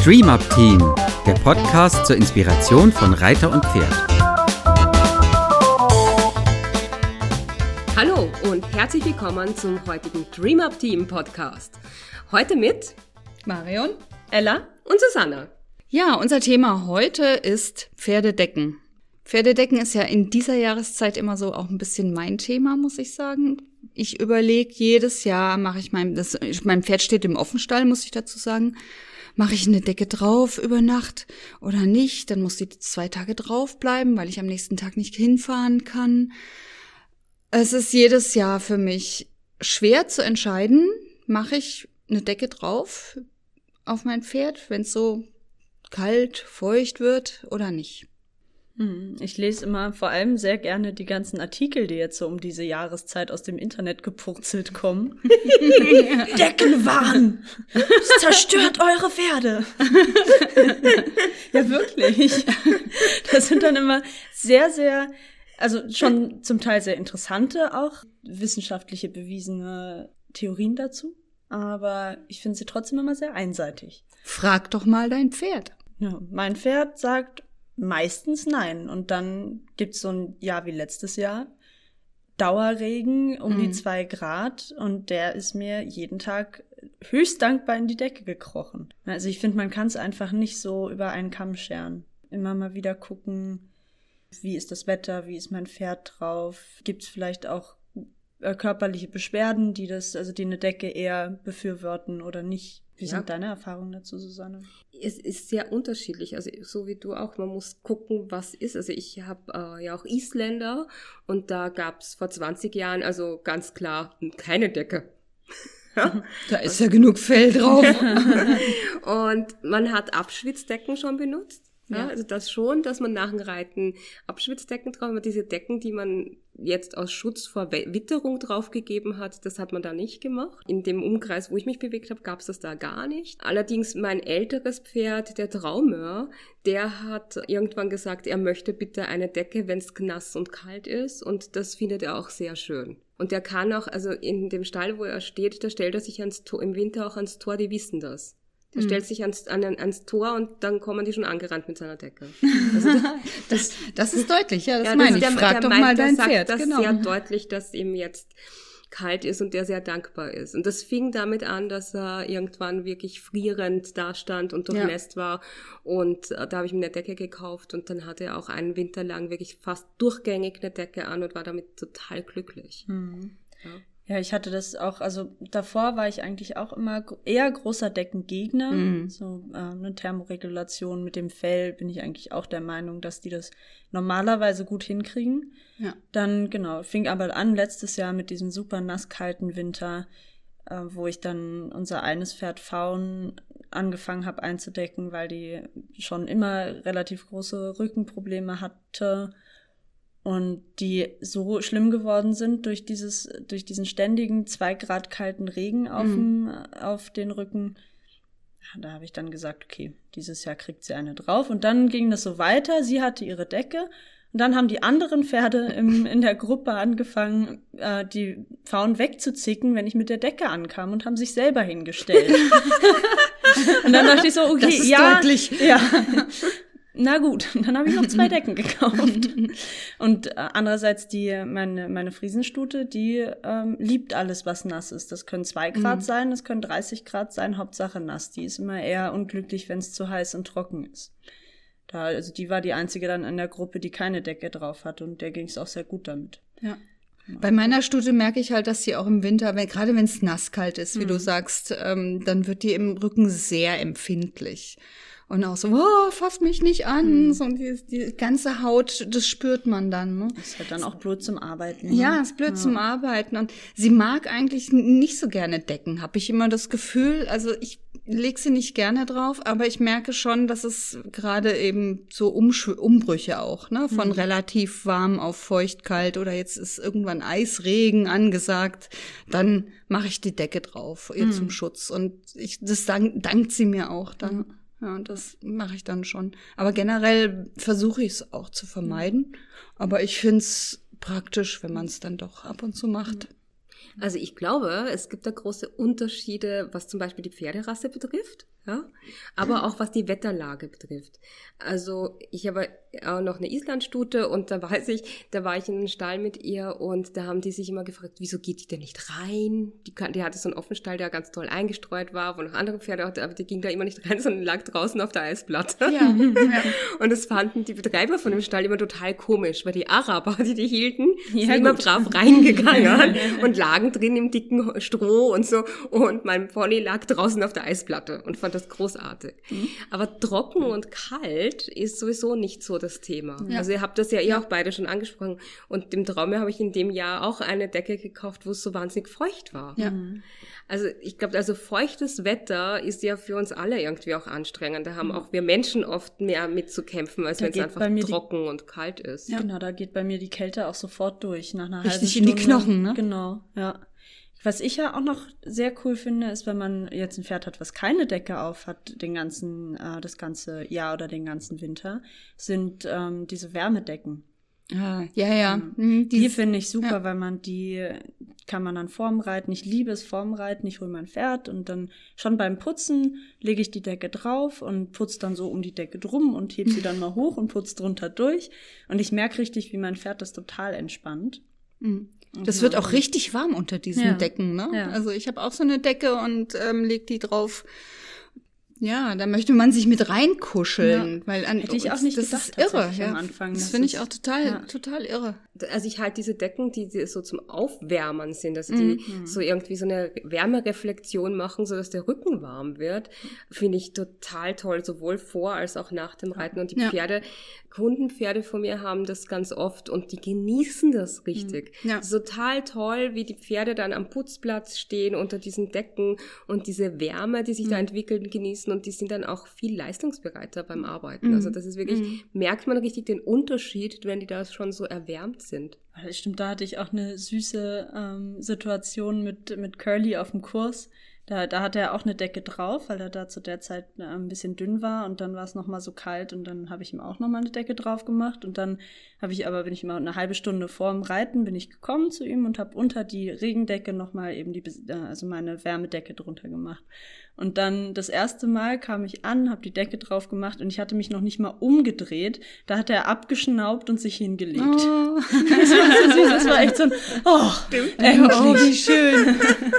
Dream Up Team, der Podcast zur Inspiration von Reiter und Pferd. Hallo und herzlich willkommen zum heutigen Dream Up Team Podcast. Heute mit Marion, Ella und Susanna. Ja, unser Thema heute ist Pferdedecken. Pferdedecken ist ja in dieser Jahreszeit immer so auch ein bisschen mein Thema, muss ich sagen. Ich überlege jedes Jahr, mein Pferd steht im Offenstall, muss ich dazu sagen, mache ich eine Decke drauf über Nacht oder nicht? Dann muss die 2 Tage drauf bleiben, weil ich am nächsten Tag nicht hinfahren kann. Es ist jedes Jahr für mich schwer zu entscheiden, mache ich eine Decke drauf auf mein Pferd, wenn es so kalt, feucht wird oder nicht. Ich lese immer vor allem sehr gerne die ganzen Artikel, die jetzt so um diese Jahreszeit aus dem Internet gepurzelt kommen. Deckenwahn! Es zerstört eure Pferde! Ja, wirklich. Das sind dann immer sehr, sehr, also schon zum Teil sehr interessante, auch wissenschaftliche bewiesene Theorien dazu. Aber ich finde sie trotzdem immer sehr einseitig. Frag doch mal dein Pferd. Ja, mein Pferd sagt meistens nein. Und dann gibt's so ein Jahr wie letztes Jahr. Dauerregen um die 2 Grad. Und der ist mir jeden Tag höchst dankbar in die Decke gekrochen. Also ich finde, man kann es einfach nicht so über einen Kamm scheren. Immer mal wieder gucken, wie ist das Wetter, wie ist mein Pferd drauf. Gibt's vielleicht auch körperliche Beschwerden, die eine Decke eher befürworten oder nicht. Wie sind deine Erfahrungen dazu, Susanne? Es ist sehr unterschiedlich, also so wie du auch, man muss gucken, was ist. Also ich habe ja auch Isländer und da gab es vor 20 Jahren also ganz klar keine Decke. Da ist ja genug Fell drauf. Und man hat Abschwitzdecken schon benutzt. Ja, also das schon, dass man nach dem Reiten Abschwitzdecken drauf hat. Diese Decken, die man jetzt aus Schutz vor Witterung draufgegeben hat, das hat man da nicht gemacht. In dem Umkreis, wo ich mich bewegt habe, gab es das da gar nicht. Allerdings mein älteres Pferd, der Traumeur, der hat irgendwann gesagt, er möchte bitte eine Decke, wenn es nass und kalt ist. Und das findet er auch sehr schön. Und der kann auch, also in dem Stall, wo er steht, da stellt er sich im Winter auch ans Tor, die wissen das. Der stellt sich ans Tor und dann kommen die schon angerannt mit seiner Decke. Also das ist deutlich, ja, das meine ich. Frag doch mal dein Pferd. Das sehr deutlich, dass ihm jetzt kalt ist und der sehr dankbar ist. Und das fing damit an, dass er irgendwann wirklich frierend dastand und durchnässt war. Und da habe ich ihm eine Decke gekauft und dann hatte er auch einen Winter lang wirklich fast durchgängig eine Decke an und war damit total glücklich. Ja, ich hatte das auch, also davor war ich eigentlich auch immer eher großer Deckengegner. So eine Thermoregulation mit dem Fell bin ich eigentlich auch der Meinung, dass die das normalerweise gut hinkriegen. Ja. Dann, fing aber an letztes Jahr mit diesem super nasskalten Winter, wo ich dann unser eines Pferd Faun angefangen habe einzudecken, weil die schon immer relativ große Rückenprobleme hatte. Und die so schlimm geworden sind durch diesen ständigen 2 Grad kalten Regen auf den Rücken. Ja, da habe ich dann gesagt, okay, dieses Jahr kriegt sie eine drauf. Und dann ging das so weiter. Sie hatte ihre Decke. Und dann haben die anderen Pferde in der Gruppe angefangen, die Pfauen wegzuzicken, wenn ich mit der Decke ankam und haben sich selber hingestellt. Und dann dachte ich so, okay, das ist deutlich. Ja. Na gut, dann habe ich noch 2 Decken gekauft. Und andererseits meine Friesenstute, die liebt alles, was nass ist. Das können 2 Grad sein, das können 30 Grad sein, Hauptsache nass. Die ist immer eher unglücklich, wenn es zu heiß und trocken ist. Also die war die einzige dann in der Gruppe, die keine Decke drauf hat und der ging es auch sehr gut damit. Ja. Bei meiner Stute merke ich halt, dass sie auch im Winter, gerade wenn es nasskalt ist, wie du sagst, dann wird die im Rücken sehr empfindlich. Und auch so, fass mich nicht an. So, und die ganze Haut, das spürt man dann. Ne? Das ist halt dann auch blöd zum Arbeiten. Ja, ist blöd zum Arbeiten. Und sie mag eigentlich nicht so gerne Decken, habe ich immer das Gefühl. Also ich lege sie nicht gerne drauf, aber ich merke schon, dass es gerade eben so Umbrüche auch, ne, von relativ warm auf feucht, kalt oder jetzt ist irgendwann Eisregen angesagt, dann mache ich die Decke drauf, ihr zum Schutz. Und das dankt sie mir auch dann. Ja, das mache ich dann schon. Aber generell versuche ich es auch zu vermeiden. Aber ich finde es praktisch, wenn man es dann doch ab und zu macht. Also ich glaube, es gibt da große Unterschiede, was zum Beispiel die Pferderasse betrifft, ja, aber auch was die Wetterlage betrifft. Also ich habe auch noch eine Islandstute und da war ich in einem Stall mit ihr und da haben die sich immer gefragt, wieso geht die denn nicht rein? Die hatte so einen Offenstall, der ganz toll eingestreut war, wo noch andere Pferde auch, aber die ging da immer nicht rein, sondern lag draußen auf der Eisplatte. Ja. Und das fanden die Betreiber von dem Stall immer total komisch, weil die Araber, die hielten, sind immer brav reingegangen und lagen drin im dicken Stroh und so und mein Pony lag draußen auf der Eisplatte und fand das großartig. Aber trocken und kalt ist sowieso nicht so das Thema. Ja. Also ihr habt das ja auch beide schon angesprochen und im Traume habe ich in dem Jahr auch eine Decke gekauft, wo es so wahnsinnig feucht war. Ja. Also ich glaube, feuchtes Wetter ist ja für uns alle irgendwie auch anstrengend. Da haben auch wir Menschen oft mehr mitzukämpfen, als wenn es einfach trocken und kalt ist. Ja. Genau, da geht bei mir die Kälte auch sofort durch nach einer halben Stunde. Richtig in die Knochen, ne? Genau, ja. Was ich ja auch noch sehr cool finde, ist, wenn man jetzt ein Pferd hat, was keine Decke auf hat, das ganze Jahr oder den ganzen Winter, sind diese Wärmedecken. Ja. Die finde ich super, weil die kann man dann vorm Reiten. Ich liebe es vorm Reiten. Ich hole mein Pferd und dann schon beim Putzen lege ich die Decke drauf und putze dann so um die Decke drum und hebe sie dann mal hoch und putze drunter durch. Und ich merke richtig, wie mein Pferd das total entspannt. Das wird auch richtig warm unter diesen Decken, ne? Ja. Also ich habe auch so eine Decke und leg die drauf. Ja, da möchte man sich mit reinkuscheln, weil hätte ich auch nicht gedacht, das ist irre, am Anfang. Das finde ich auch total irre. Also ich halte diese Decken, die so zum Aufwärmen sind, also die so irgendwie so eine Wärmereflexion machen, so dass der Rücken warm wird, finde ich total toll, sowohl vor als auch nach dem Reiten. Und die Kundenpferde von mir haben das ganz oft und die genießen das richtig. Ja. Total toll, wie die Pferde dann am Putzplatz stehen unter diesen Decken und diese Wärme, die sich da entwickeln, genießen und die sind dann auch viel leistungsbereiter beim Arbeiten. Also das ist wirklich, merkt man richtig den Unterschied, wenn die da schon so erwärmt sind. Stimmt, da hatte ich auch eine süße Situation mit Curly auf dem Kurs. Da hatte er auch eine Decke drauf, weil er da zu der Zeit ein bisschen dünn war und dann war es nochmal so kalt und dann habe ich ihm auch nochmal eine Decke drauf gemacht und dann bin ich immer eine halbe Stunde vor dem Reiten bin ich gekommen zu ihm und habe unter die Regendecke nochmal eben also meine Wärmedecke drunter gemacht. Und dann das erste Mal kam ich an, habe die Decke drauf gemacht und ich hatte mich noch nicht mal umgedreht. Da hat er abgeschnaubt und sich hingelegt. Oh. Das war so süß, das war echt so ein, wie schön.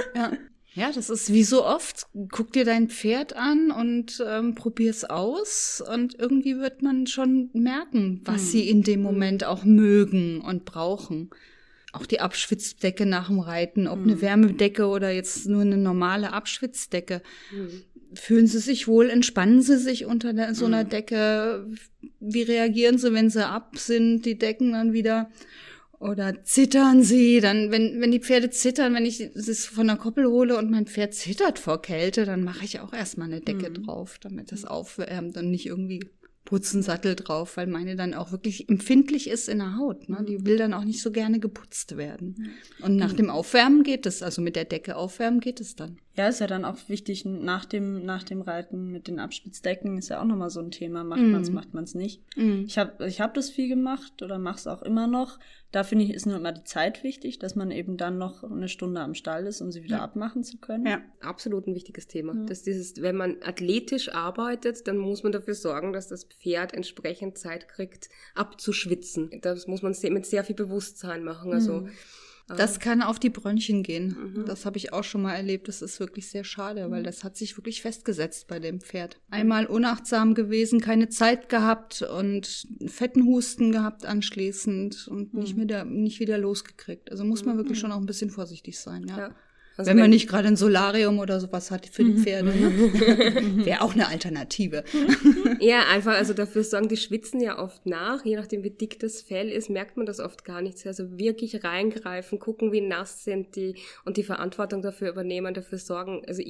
Ja, das ist wie so oft. Guck dir dein Pferd an und probier's aus und irgendwie wird man schon merken, was sie in dem Moment auch mögen und brauchen. Auch die Abschwitzdecke nach dem Reiten, ob eine Wärmedecke oder jetzt nur eine normale Abschwitzdecke. Fühlen sie sich wohl, entspannen sie sich unter so einer Decke? Wie reagieren sie, wenn sie ab sind, die Decken dann wieder? Oder zittern sie? Dann, wenn die Pferde zittern, wenn ich das von der Koppel hole und mein Pferd zittert vor Kälte, dann mache ich auch erstmal eine Decke drauf, damit das aufwärmt und nicht irgendwie Putzensattel drauf, weil meine dann auch wirklich empfindlich ist in der Haut. Ne? Die will dann auch nicht so gerne geputzt werden. Und nach dem Aufwärmen geht es, also mit der Decke aufwärmen geht es dann. Ja, ist ja dann auch wichtig, nach dem Reiten mit den Abspitzdecken ist ja auch nochmal so ein Thema. Macht man's nicht. Ich hab das viel gemacht oder mach's auch immer noch. Da finde ich, ist nur immer die Zeit wichtig, dass man eben dann noch eine Stunde am Stall ist, um sie wieder abmachen zu können. Ja, absolut ein wichtiges Thema. Dass wenn man athletisch arbeitet, dann muss man dafür sorgen, dass das Pferd entsprechend Zeit kriegt, abzuschwitzen. Das muss man mit sehr viel Bewusstsein machen. Also das kann auf die Bronchien gehen. Das habe ich auch schon mal erlebt. Das ist wirklich sehr schade, weil das hat sich wirklich festgesetzt bei dem Pferd. Einmal unachtsam gewesen, keine Zeit gehabt und fetten Husten gehabt anschließend und nicht wieder losgekriegt. Also muss man wirklich schon auch ein bisschen vorsichtig sein, ja. Also wenn man nicht gerade ein Solarium oder sowas hat für die Pferde. Wäre auch eine Alternative. Ja, einfach also dafür sorgen, die schwitzen ja oft nach. Je nachdem, wie dick das Fell ist, merkt man das oft gar nicht. Also wirklich reingreifen, gucken, wie nass sind die und die Verantwortung dafür übernehmen, dafür sorgen. Also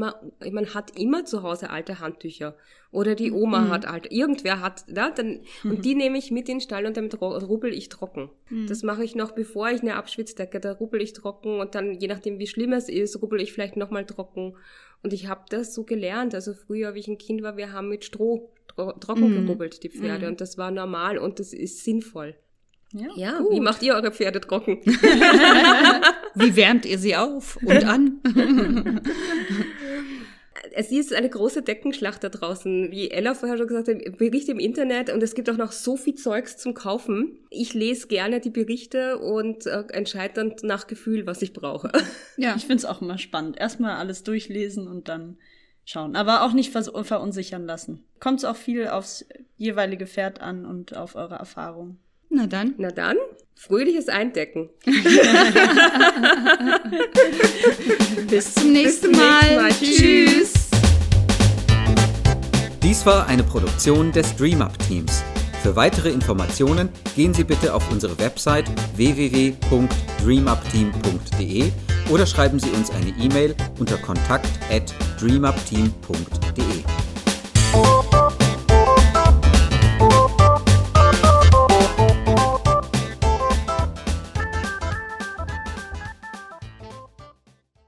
man hat immer zu Hause alte Handtücher. Oder die Oma hat irgendwer hat, und die nehme ich mit in den Stall und damit rubbel ich trocken. Das mache ich noch, bevor ich eine Abschwitzdecke, da rubbel ich trocken und dann, je nachdem wie schlimm es ist, rubbel ich vielleicht nochmal trocken. Und ich habe das so gelernt, also früher, wie ich ein Kind war, wir haben mit Stroh trocken gerubbelt, die Pferde, und das war normal und das ist sinnvoll. Ja, wie macht ihr eure Pferde trocken? Wie wärmt ihr sie auf und an? Es ist eine große Deckenschlacht da draußen, wie Ella vorher schon gesagt hat, Berichte im Internet und es gibt auch noch so viel Zeugs zum Kaufen. Ich lese gerne die Berichte und entscheide dann nach Gefühl, was ich brauche. Ja, ich find's auch immer spannend. Erstmal alles durchlesen und dann schauen. Aber auch nicht verunsichern lassen. Kommt auch viel aufs jeweilige Pferd an und auf eure Erfahrung. Na dann, fröhliches Eindecken. Bis zum nächsten Mal. Tschüss. Dies war eine Produktion des DreamUp-Teams. Für weitere Informationen gehen Sie bitte auf unsere Website www.dreamupteam.de oder schreiben Sie uns eine E-Mail unter kontakt@dreamupteam.de.